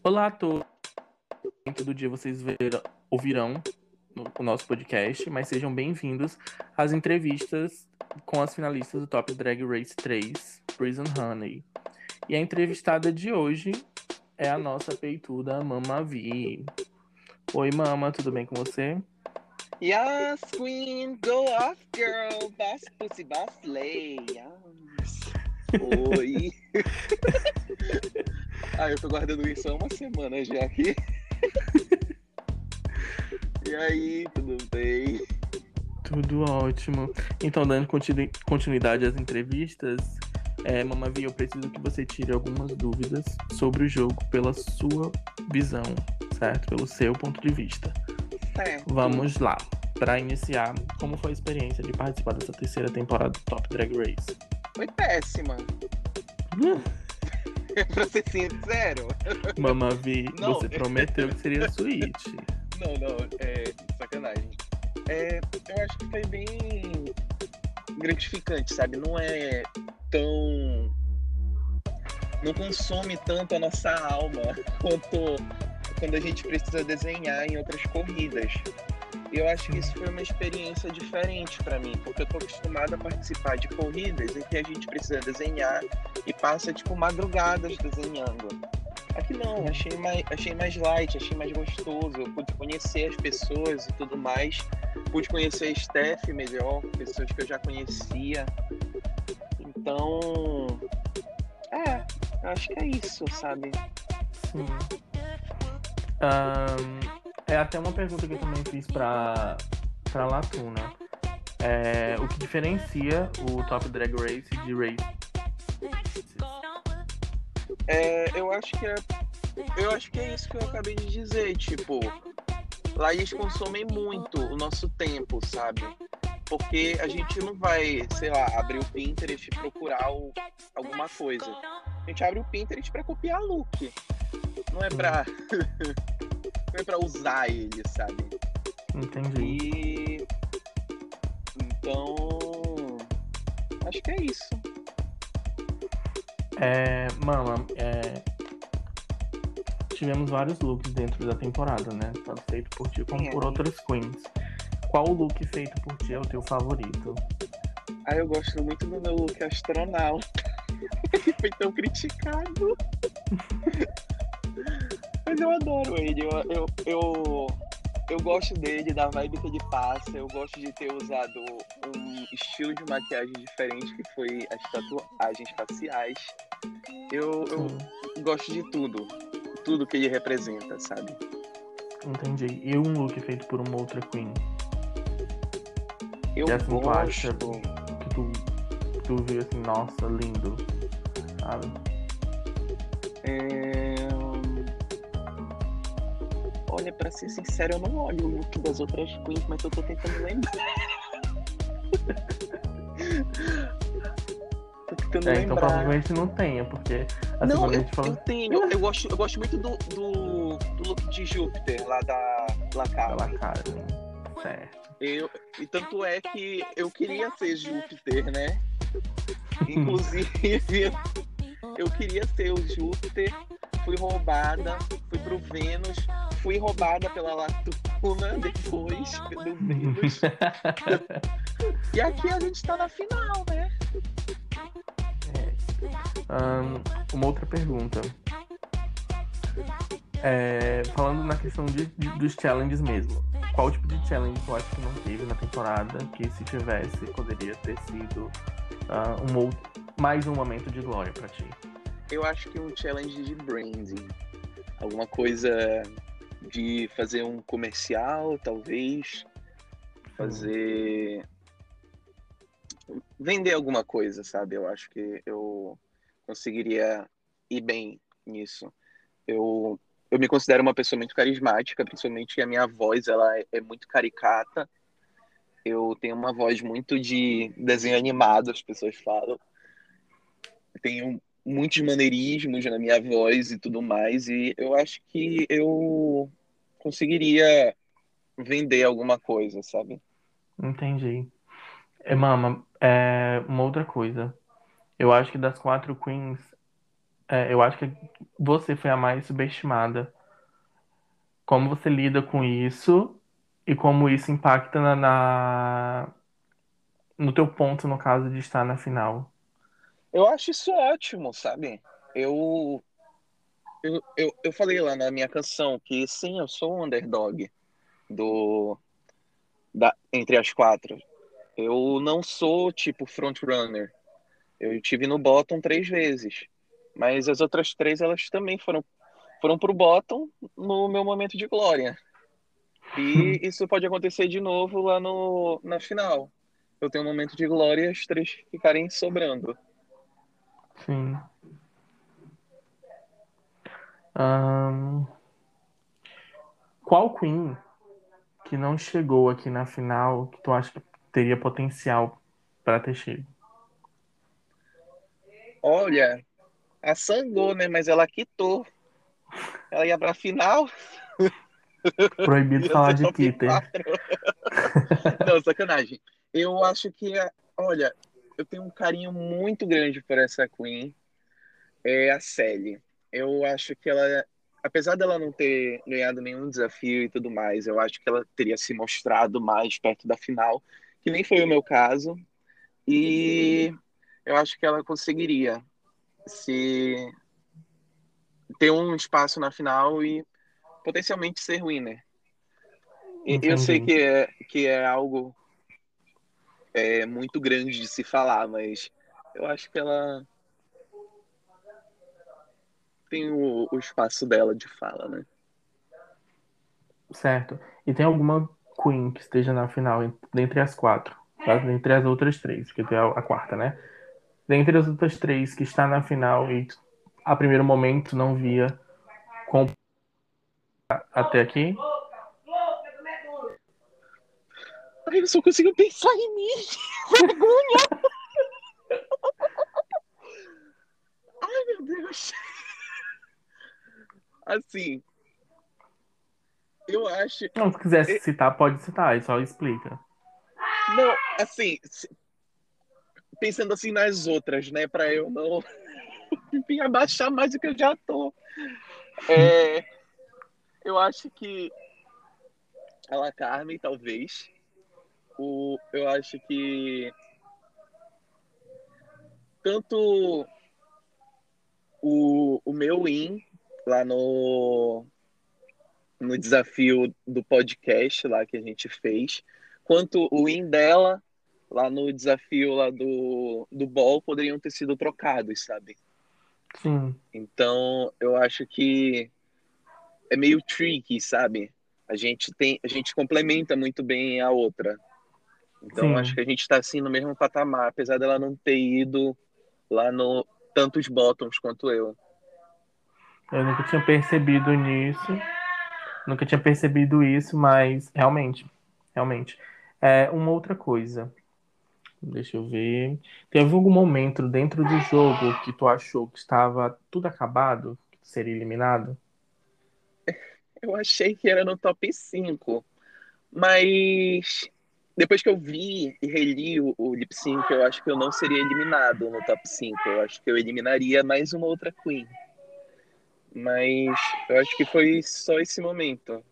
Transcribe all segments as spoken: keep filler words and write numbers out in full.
Olá a todos. Todo dia vocês verão- ouvirão no- o nosso podcast, mas sejam bem-vindos às entrevistas com as finalistas do Top Drag Race três, Prison Honey. E a entrevistada de hoje é a nossa peituda Mama Vi. Oi, Mama, tudo bem com você? Yes, queen, go off, girl. Boss pussy, boss slay. Yes. Oi. Ah, eu tô guardando isso há uma semana já aqui. E aí, tudo bem? Tudo ótimo. Então, dando continu- continuidade às entrevistas, é, Mama Vi, eu preciso que você tire algumas dúvidas sobre o jogo pela sua visão, certo? Pelo seu ponto de vista. Certo. Vamos lá. Para iniciar, como foi a experiência de participar dessa terceira temporada do Top Drag Race? Foi péssima. Pra ser sincero. Mama Vi, Não. você prometeu que seria suíte. Não, não, é sacanagem. É, eu acho que foi bem gratificante, sabe? Não é tão... Não consome tanto a nossa alma quanto quando a gente precisa desenhar em outras corridas. Eu acho que isso foi uma experiência diferente para mim, porque eu tô acostumada a participar de corridas em que a gente precisa desenhar e passa, tipo, madrugadas desenhando. Aqui não, achei mais, achei mais light, achei mais gostoso, eu pude conhecer as pessoas e tudo mais, pude conhecer a Steph melhor, pessoas que eu já conhecia. Então, é, acho que é isso, sabe? Sim. Ahn, é até uma pergunta que eu também fiz pra, pra Latuna. É, o que diferencia o Top Drag Race de Race? É, eu acho que é, eu acho que é isso que eu acabei de dizer, tipo, lá eles consomem muito o nosso tempo, sabe? Porque a gente não vai, sei lá, abrir o Pinterest e procurar o, alguma coisa. A gente abre o Pinterest para copiar look. Não é pra, não é pra usar ele, sabe? Entendi. E então, acho que é isso. É, Mama, é, tivemos vários looks dentro da temporada, né? Tanto feito por ti como É. por outras queens. Qual look feito por ti é o teu favorito? Ah, eu gosto muito do meu look astronauta. Ele foi tão criticado. Mas eu adoro ele. Eu, eu, eu, eu gosto dele, da vibe que ele passa. Eu gosto de ter usado um estilo de maquiagem diferente, que foi as tatuagens faciais. Eu, eu Sim, gosto de tudo. Tudo que ele representa, sabe? entendi. E um look feito por uma outra queen? Eu Que assim, tu acha gosto. que tu, tu viu assim, nossa, lindo, sabe? É... Olha, pra ser sincero, eu não olho o look das outras queens, mas eu tô tentando lembrar. Tô tentando É, então lembrar. provavelmente não tenha, porque assim, Não, quando a eu, gente fala. eu tenho. Eu gosto, eu gosto muito do, do, do look de Júpiter, lá da La Pela Cave. cara, né? Certo. Eu, e tanto é que eu queria ser Júpiter, né? Inclusive, eu queria ser o Júpiter, fui roubada, fui pro Vênus, fui roubada pela Latuna depois, pelo Vênus. E aqui a gente tá na final, né? Ahn, uma outra pergunta. É, falando na questão de, de- dos challenges mesmo. Qual tipo de challenge tu acha que não teve na temporada que, se tivesse, poderia ter sido ah, um outro, mais um momento de glória pra ti? Eu acho que um challenge de branding. Alguma coisa de fazer um comercial, talvez. Fazer... Vender alguma coisa, sabe? Eu acho que eu conseguiria ir bem nisso. Eu, eu me considero uma pessoa muito carismática, principalmente a minha voz, ela é, é muito caricata. Eu tenho uma voz muito de desenho animado, as pessoas falam. Eu tenho muitos maneirismos na minha voz e tudo mais, e eu acho que eu conseguiria vender alguma coisa, sabe? Entendi. É, Mama, é, uma outra coisa. Eu acho que das quatro queens, É, eu acho que você foi a mais subestimada. Como você lida com isso e como isso impacta na, na- no teu ponto, no caso de estar na final. Eu acho isso ótimo, sabe? Eu, eu, eu, eu falei lá na minha canção que sim, eu sou o underdog do, da, entre as quatro. Eu não sou tipo frontrunner. Eu tive no bottom três vezes. Mas as outras três, elas também foram, foram pro bottom no meu momento de glória. E isso pode acontecer de novo lá no, na final. Eu tenho um momento de glória e as três ficarem sobrando. Sim. Ahn, qual Queen que não chegou aqui na final que tu acha que teria potencial para ter chego? Olha, a Sangô, né? Mas ela quitou. Ela ia pra final, Proibido ia falar ser de top Kitter. quatro. Não, sacanagem. Eu acho que, olha, eu tenho um carinho muito grande por essa Queen. É a Sally. Eu acho que ela, apesar dela não ter ganhado nenhum desafio e tudo mais, eu acho que ela teria se mostrado mais perto da final, que nem foi o meu caso. E eu acho que ela conseguiria se ter um espaço na final e potencialmente ser winner. E- Eu sei Entendi. que é, que é algo é, muito grande de se falar, mas eu acho que ela tem o, o espaço dela de fala, né? Certo. E tem alguma Queen que esteja na final en- dentre as quatro? Tá? Dentre as outras três, porque tu é a a quarta, né? Dentre as outras três que está na final e tu, a primeiro momento não via com até aqui. Ai, eu só consigo pensar em mim. Vergonha! Ai, meu Deus. Assim, eu acho. Não, se quiser e- citar, pode citar, aí só explica. Não, assim, se- pensando assim nas outras, né? Pra eu não, enfim, abaixar mais do que eu já tô. É, eu acho que a La Carmen, talvez. O, eu acho que tanto o, o meu win lá no, no desafio do podcast lá que a gente fez, quanto o win dela lá no desafio lá do, do ball poderiam ter sido trocados, sabe? Sim, Então, eu acho que é meio tricky, sabe? A gente tem, a gente complementa muito bem a outra. Então, acho sim. que a gente está assim no mesmo patamar, apesar dela não ter ido lá no tantos bottoms quanto eu. Eu nunca tinha percebido nisso. Nunca tinha percebido isso, mas realmente, realmente. É, uma outra coisa. Deixa eu ver. Teve algum momento dentro do jogo que tu achou que estava tudo acabado, que tu seria eliminado? Eu achei que era no top cinco, mas depois que eu vi e reli o, o lip sync, eu acho que eu não seria eliminado no top cinco. Eu acho que eu eliminaria mais uma outra Queen. Mas eu acho que foi só esse momento.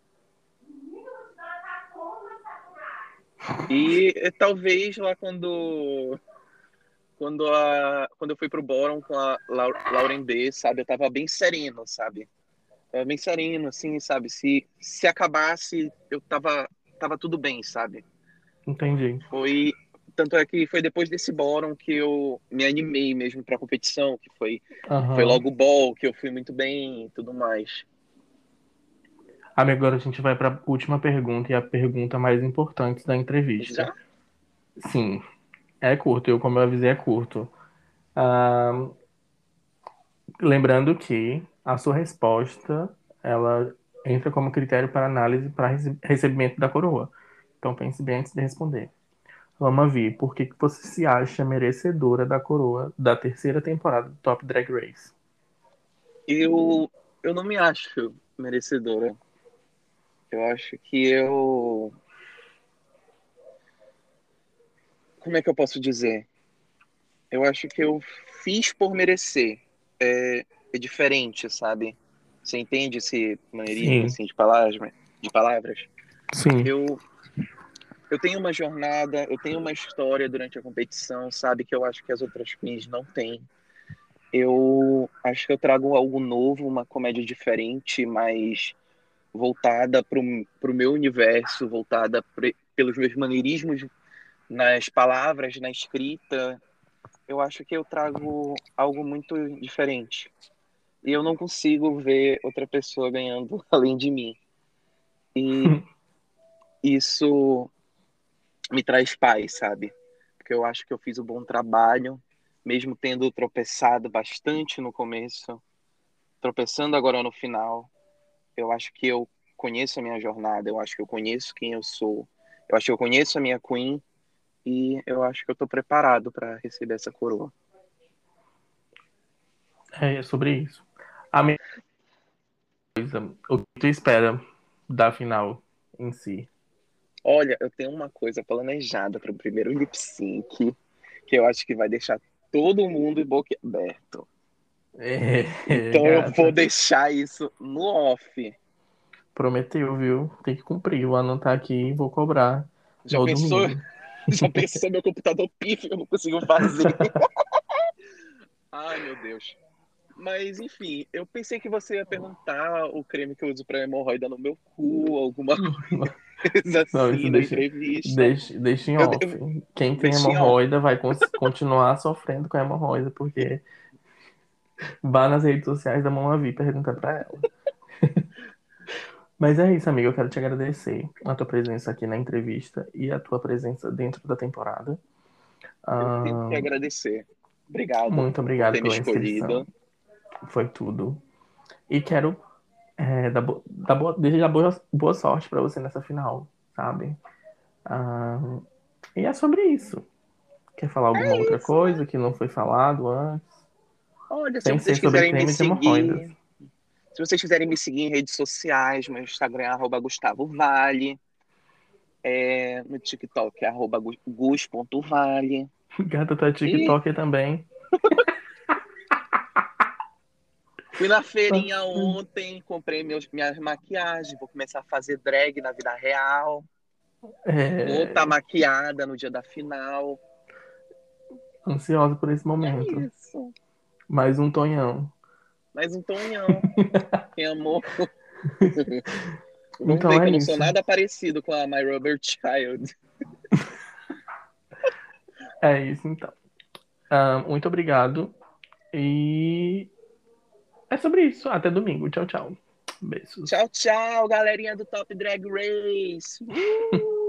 E eh, talvez lá quando quando a quando eu fui pro Bottom com a Lau- Lauren B, sabe, eu tava bem sereno, sabe? Tava bem sereno assim, sabe? Se se acabasse, eu tava tava tudo bem, sabe? Entendi. Foi tanto é que foi depois desse Bottom que eu me animei mesmo pra competição, que foi foi Aham. logo o Ball, que eu fui muito bem e tudo mais. Amigo, agora a gente vai para a última pergunta e a pergunta mais importante da entrevista. Já? Sim, é curto, eu, como eu avisei, é curto. Ah, lembrando que a sua resposta, ela entra como critério para análise para rece- recebimento da coroa. Então pense bem antes de responder. Vamos ver, por que que você se acha merecedora da coroa da terceira temporada do Top Drag Race? Eu eu não me acho merecedora. Eu acho que eu. Como é que eu posso dizer? Eu acho que eu fiz por merecer. é, é diferente, sabe? Você entende esse maneirismo Sim, assim de palavras? De palavras? sim. Eu, eu tenho uma jornada, eu tenho uma história durante a competição, sabe? Que eu acho que as outras queens não têm. Eu acho que eu trago algo novo, uma comédia diferente, mais voltada para o meu universo, voltada pre, pelos meus maneirismos nas palavras, na escrita. Eu acho que eu trago algo muito diferente. E eu não consigo ver outra pessoa ganhando além de mim. E isso me traz paz, sabe? Porque eu acho que eu fiz um bom trabalho, mesmo tendo tropeçado bastante no começo, tropeçando agora no final. Eu acho que eu conheço a minha jornada, eu acho que eu conheço quem eu sou, eu acho que eu conheço a minha Queen e eu acho que eu tô preparado para receber essa coroa. É sobre isso. A minha coisa, o que tu espera da final em si? Olha, eu tenho uma coisa planejada para o primeiro lip sync que eu acho que vai deixar todo mundo boquiaberto. É, é, Então eu vou gata. deixar isso no off. Prometeu, viu? Tem que cumprir. Vou anotar aqui e vou cobrar Já no pensou? domingo. Já pensou meu computador pife, eu não consigo fazer. Ai, meu Deus. Mas, enfim, eu pensei que você ia perguntar o creme que eu uso para hemorroida no meu cu, alguma coisa Não, isso assim na deixa, entrevista. deixa, deixa em Eu, off. eu Quem tem deixei off. hemorroida vai cons- continuar sofrendo com a hemorroida, porque vá nas redes sociais da Mona Vi perguntar pra ela. Mas é isso, amigo. Eu quero te agradecer a tua presença aqui na entrevista e a tua presença dentro da temporada. Eu tenho que Ah, agradecer. Obrigado muito por obrigado ter me pela inscrição. escolhido. Foi tudo. E quero é, dar, bo- dar boa, desejar boa, boa sorte pra você nessa final, sabe? Ah, e é sobre isso. Quer falar alguma É outra isso, né? coisa que não foi falado antes? Olha, se Sem ser vocês sobre quiserem me creme de hemorroidas. seguir, se vocês quiserem me seguir em redes sociais, meu Instagram é arroba Gustavo Vale, é, no TikTok é arroba gus ponto vale. Gata tá E TikTok também. fui na feirinha Nossa. ontem, comprei meus, minhas maquiagens, vou começar a fazer drag na vida real. Vou estar É, maquiada no dia da final. ansiosa por esse É momento. isso. Mais um tonhão. Mais um tonhão. Quem amou? Vamos Então ver que é eu não sou isso. nada parecido com a My Rubber Child. É isso, então. Ah, muito obrigado. E é sobre isso. Até domingo. Tchau, tchau. Beijos. Tchau, tchau, galerinha do Top Drag Race. Uh!